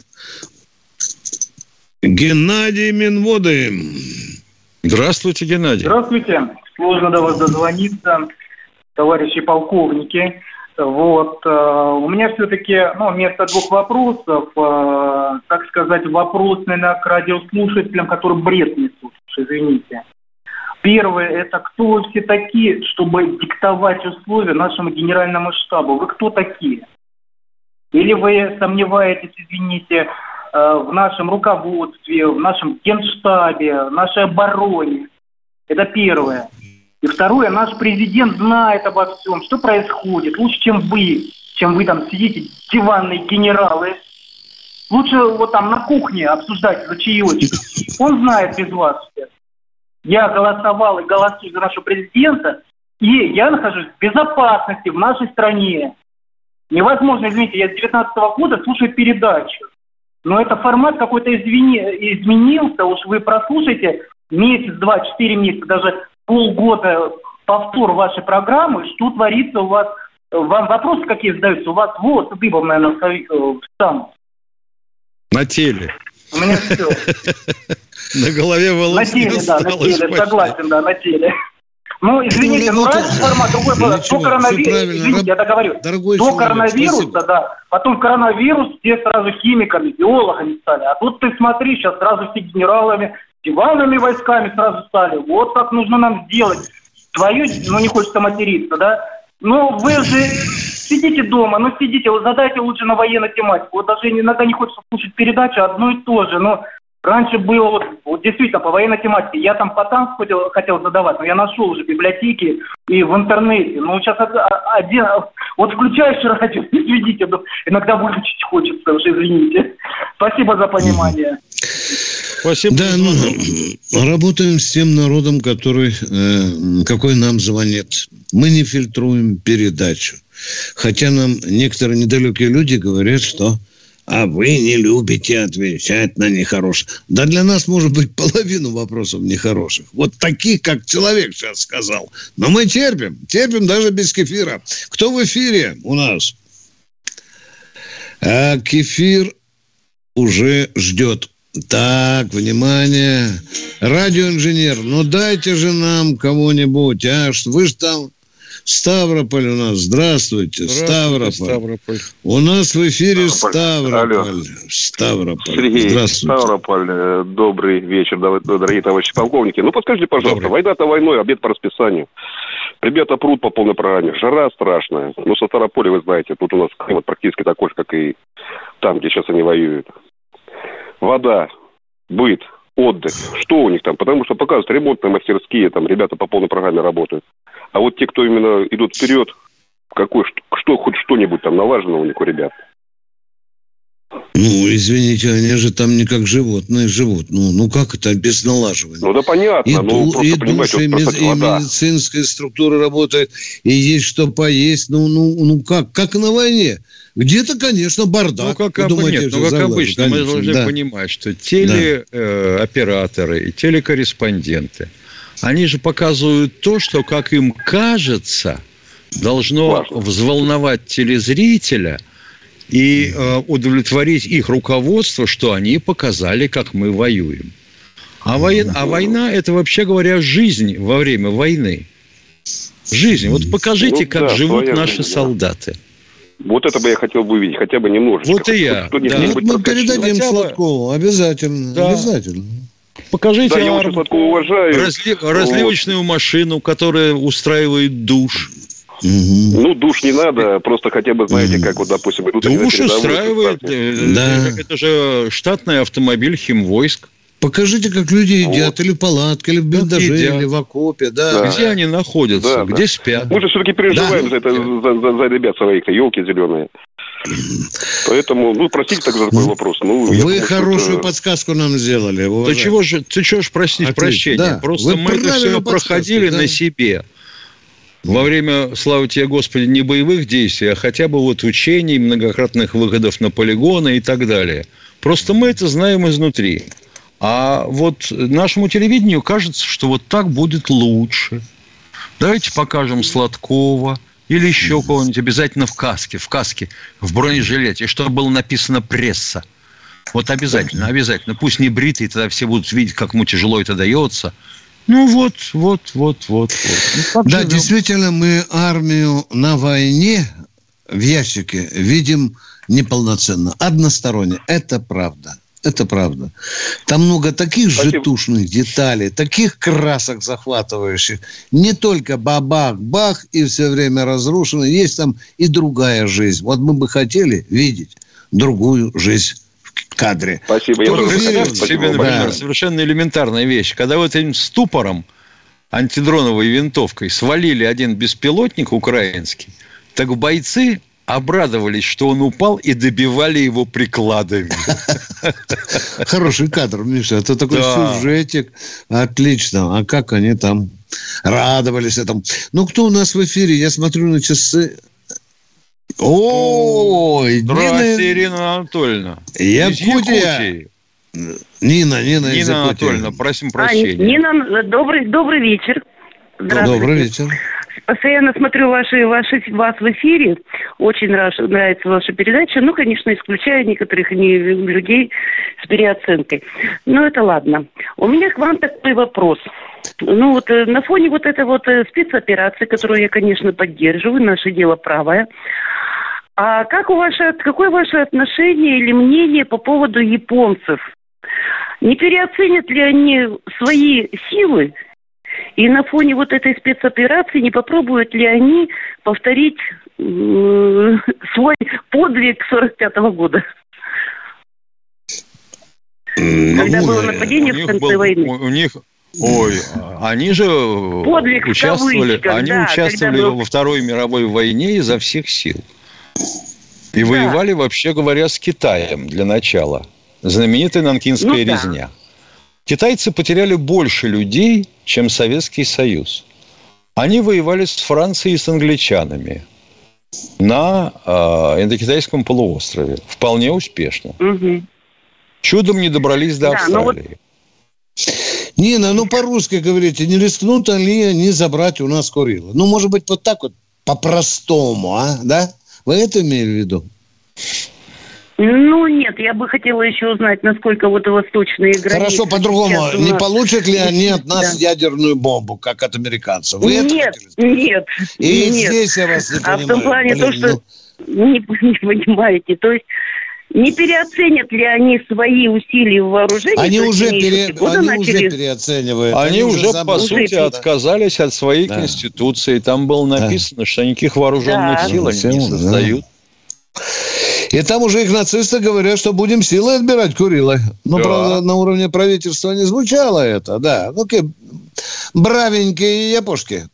Геннадий Минводы. Здравствуйте, Геннадий. Здравствуйте. Сложно до вас дозвониться, товарищи полковники. У меня все-таки, вместо 2 вопросов, так сказать, вопрос, наверное, к радиослушателям, которые бред несут, извините. Первое, это кто вы все такие, чтобы диктовать условия нашему генеральному штабу? Вы кто такие? Или вы сомневаетесь, извините, в нашем руководстве, в нашем генштабе, в нашей обороне? Это первое. И второе, наш президент знает обо всем, что происходит, лучше, чем вы там сидите, диванные генералы. Лучше там на кухне обсуждать за чаечек. Он знает без вас все. Я голосовал и голосую за нашего президента, и я нахожусь в безопасности в нашей стране. Невозможно, извините, я с 2019 года слушаю передачу. Но это формат какой-то изменился, уж вы прослушайте месяц, 2, 4 месяца, даже полгода повтор вашей программы, что творится у вас, вам вопросы какие задаются, у вас дыбом, наверное, там. На теле. У меня все. На голове волос. На теле, согласен, на теле. Извините, раньше формат другой был. До коронавируса, извините, я договорю. До коронавируса, потом коронавирус, все сразу химиками, биологами стали. А тут ты смотри, сейчас сразу все генералами, диванными войсками сразу стали. Вот как нужно нам сделать. Твою, не хочется материться, да? Вы же сидите дома, сидите, задайте лучше на военную тематику. Даже иногда не хочется слушать передачу, одно и то же. Раньше было действительно по военной тематике. Я там по танку хотел задавать, но я нашел уже библиотеки и в интернете. Сейчас один... включаешь радио, извините, иногда выключить хочется, уж извините. Спасибо за понимание. Спасибо. Да, работаем с тем народом, какой нам звонит. Мы не фильтруем передачу. Хотя нам некоторые недалекие люди говорят, что а вы не любите отвечать на нехорошие. Да для нас, может быть, половину вопросов нехороших. Вот таких, как человек сейчас сказал. Но мы терпим даже без кефира. Кто в эфире у нас? А кефир уже ждет. Так, внимание. Радиоинженер, дайте же нам кого-нибудь. Вы же там Ставрополь у нас. Здравствуйте, Ставрополь. У нас в эфире Ставрополь. Сергей, Ставрополь. Добрый вечер, дорогие товарищи полковники. Подскажите, пожалуйста, война-то войной, обед по расписанию. Ребята прут по полной программе. Жара страшная. Со Ставрополя, вы знаете, тут у нас климат практически такой же, как и там, где сейчас они воюют. Вода, быт, отдых. Что у них там? Потому что показывают ремонтные мастерские, там ребята по полной программе работают. А вот те, кто именно идут вперед, хоть что-нибудь там налажено у них, у ребят. Извините, они же там не как животные живут. Как это без налаживания? Да понятно. И душ, и медицинская структура работает, и есть что поесть. Как на войне. Где-то, конечно, бардак. Как обычно. Мы должны понимать, что телеоператоры и телекорреспонденты, они же показывают то, что, как им кажется, должно взволновать телезрителя и удовлетворить их руководство, что они показали, как мы воюем. А война – это, вообще говоря, жизнь во время войны. Жизнь. Вот покажите, как живут наши солдаты. Вот это бы я хотел бы увидеть, хотя бы немножечко. Вот и я. Мы передадим Сладкову, обязательно. Да. Обязательно. Покажите я очень Сладкову уважаю. Разливочную машину, которая устраивает душ. Душ не надо, просто хотя бы, знаете, как допустим, идут... Душ устраивает. Это же штатный автомобиль химвойск. Покажите, как люди едят, или в палатке, или в блиндаже, или в окопе. Да. Где они находятся, где спят. Мы же все-таки переживаем за ребят своих, елки зеленые. Поэтому, простите так за такой вопрос. Вы хорошую подсказку нам сделали. Да чего же просить прощения? Да. Просто мы это все проходили на себе. Во время, слава тебе, Господи, не боевых действий, а хотя бы учений, многократных выходов на полигоны и так далее. Просто мы это знаем изнутри. А нашему телевидению кажется, что так будет лучше. Давайте покажем Сладкова или еще кого-нибудь обязательно в каске, в бронежилете, чтобы было написано «пресса». Обязательно. Пусть не бритый, тогда все будут видеть, как ему тяжело это дается. Да, действительно, мы армию на войне в ящике видим неполноценно, односторонне. Это правда. Там много таких житушных деталей, таких красок захватывающих. Не только бабах-бах и все время разрушено. Есть там и другая жизнь. Мы бы хотели видеть другую жизнь в кадре. Спасибо. Представьте себе, например, совершенно элементарная вещь. Когда этим ступором, антидроновой винтовкой свалили один беспилотник украинский, так бойцы обрадовались, что он упал, и добивали его прикладами. Хороший кадр, Миша. Это такой сюжетик. Отлично. А как они там радовались этому. Кто у нас в эфире? Я смотрю на часы. Здравствуйте, Ирина Анатольевна. Якутия. Нина Анатольевна, просим прощения. Нина, добрый вечер. Здравствуйте. Добрый вечер. Постоянно смотрю вас в эфире. Очень нравится ваша передача. Конечно, исключая некоторых людей с переоценкой. Но это ладно. У меня к вам такой вопрос. На фоне этой спецоперации, которую я, конечно, поддерживаю, наше дело правое. А какое ваше отношение или мнение по поводу японцев? Не переоценят ли они свои силы? И на фоне этой спецоперации не попробуют ли они повторить свой подвиг 45-го года? Когда было нападение в конце войны. Они же участвовали во Второй мировой войне изо всех сил. И воевали, вообще говоря, с Китаем для начала. Знаменитая Нанкинская резня. Китайцы потеряли больше людей, чем Советский Союз. Они воевали с Францией и с англичанами на Индокитайском полуострове. Вполне успешно. Угу. Чудом не добрались до Австралии. Нина, по-русски говорите, не рискнут ли они забрать у нас Курилы? Может быть, вот так вот, по-простому, да? Вы это имели в виду? Нет, я бы хотела еще узнать, насколько вот восточные границы... Хорошо, по-другому. Не получат ли они от нас ядерную бомбу, как от американцев? Вы нет. И здесь я вас не понимаю. А в том плане что не понимаете, то есть не переоценят ли они свои усилия в вооружении? Они уже переоценивают. Они уже, по сути, отказались от своей конституции. Там было написано, что никаких вооруженных сил они не создают. И там уже их нацисты говорят, что будем силой отбирать Курилы. Правда, на уровне правительства не звучало это, да. Бравенькие япошки.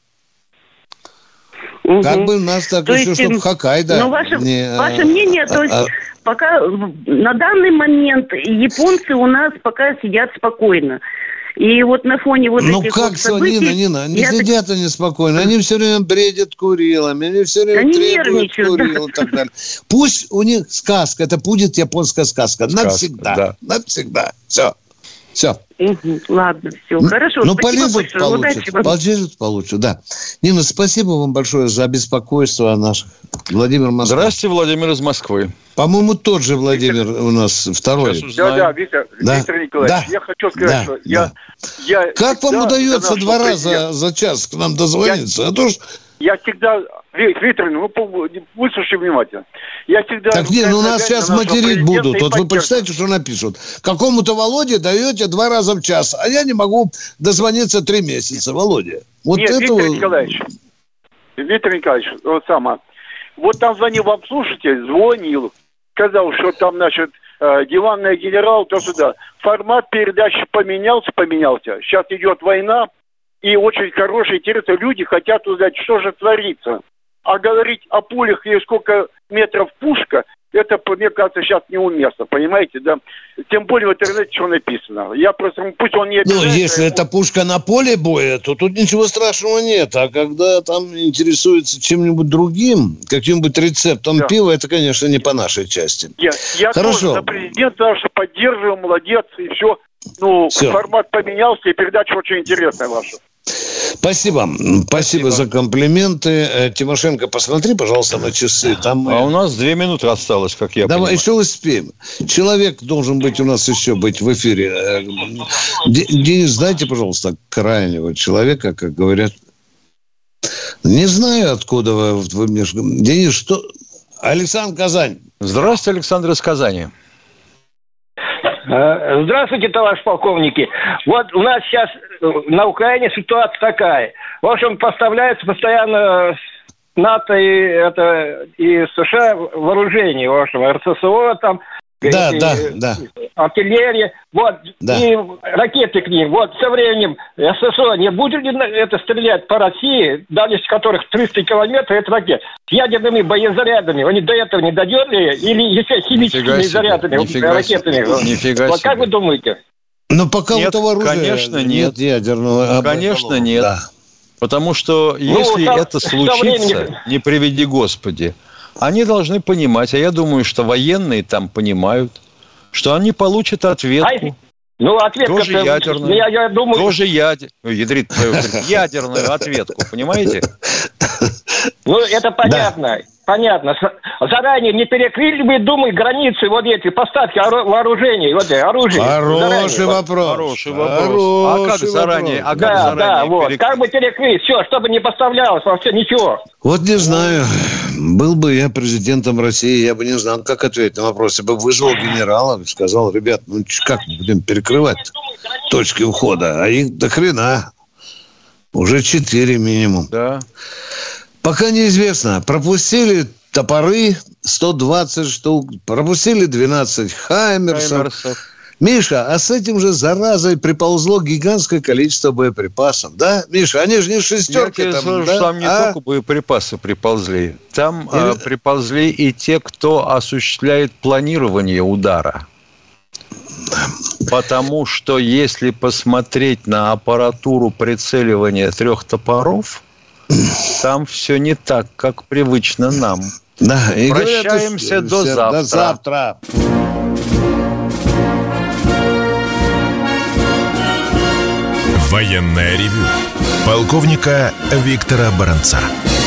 Угу. Как бы у нас так еще, чтобы Хоккайдо... ваше мнение, то есть пока на данный момент японцы у нас пока сидят спокойно. И вот на фоне этих событий... Нина, они сидят они спокойно. Они все время бредят Курилами. Они все время требуют Курил и так далее. Пусть у них сказка. Это будет японская сказка. Навсегда. Да. Навсегда. Все. Ладно, все. Хорошо. Полезут, получат. Да. Нина, спасибо вам большое за беспокойство о наших. Владимир Москва. Здравствуйте, Владимир из Москвы. По-моему, тот же Владимир у нас второй. Да, Виктор Николаевич, я хочу сказать, что я как вам удается 2 раза за час к нам дозвониться? Я всегда... Виктор, выслушай внимательно. Я всегда... Так нет, нас сейчас материть будут. Вот вы почитайте, что напишут. Какому-то Володе даете 2 раза в час, а я не могу дозвониться 3 месяца, Володя. Виктор Николаевич, вот там звонил вам слушатель, сказал, что там, диванный генерал, то-сюда. Формат передачи поменялся. Сейчас идет война, и очень хорошие, интересные люди хотят узнать, что же творится. А говорить о пулях и сколько метров пушка, это, мне кажется, сейчас неуместно, понимаете, да? Тем более в интернете что написано. Я просто, пусть он не обижается. Если это пушка на поле боя, то тут ничего страшного нет. А когда там интересуется чем-нибудь другим, каким-нибудь рецептом пива, это, конечно, не по нашей части. Я тоже за президента поддерживаю, молодец, и все. Формат поменялся, и передача очень интересная ваша. Спасибо за комплименты. Тимошенко, посмотри, пожалуйста, на часы. У нас 2 минуты осталось, как я понимаю. Давай, еще успеем. Человек должен быть у нас еще в эфире. Денис, дайте, пожалуйста, крайнего человека, как говорят. Не знаю, откуда вы мне... Денис, что... Александр, Казань. Здравствуйте, Александр из Казани. Здравствуйте, товарищ полковники. Вот у нас сейчас на Украине ситуация такая. В общем, поставляется постоянно НАТО и США вооружение. В общем, РССО там, артиллерия, и ракеты к ним. Со временем ССО не будет ли это стрелять по России, дальность которых 300 километров, это ракет, с ядерными боезарядами? Они до этого не додерли? Или химическими зарядами, ракетами? Нифига себе. Как вы думаете? Пока нет, оружия конечно, нет ядерного. Конечно, нет. Да. Потому что если это случится, не приведи Господи, они должны понимать, а я думаю, что военные там понимают, что они получат ответку. Ответка тоже ядерную. Я думаю... Тоже ядерную ответку, понимаете? Это понятно. Понятно. Заранее не перекрыли бы, думаю, границы эти поставки вооружений, оружия. Хороший вопрос. А как заранее? Как бы перекрыть? Все, чтобы не поставлялось вообще ничего. Не знаю. Был бы я президентом России, я бы не знал, как ответить на вопрос. Я бы вызвал генерала и сказал: ребят, как мы будем перекрывать точки ухода? А их до хрена. Уже 4 минимум. Да. Пока неизвестно. Пропустили топоры 120 штук, пропустили 12 хаймерсов. Миша, а с этим же заразой приползло гигантское количество боеприпасов, да? Миша, они же не шестерки там, да? Там не только боеприпасы приползли. Там приползли и те, кто осуществляет планирование удара. Потому что если посмотреть на аппаратуру прицеливания 3 топоров, там все не так, как привычно нам. Да, и прощаемся до завтра. До завтра. Военное ревю полковника Виктора Баранца.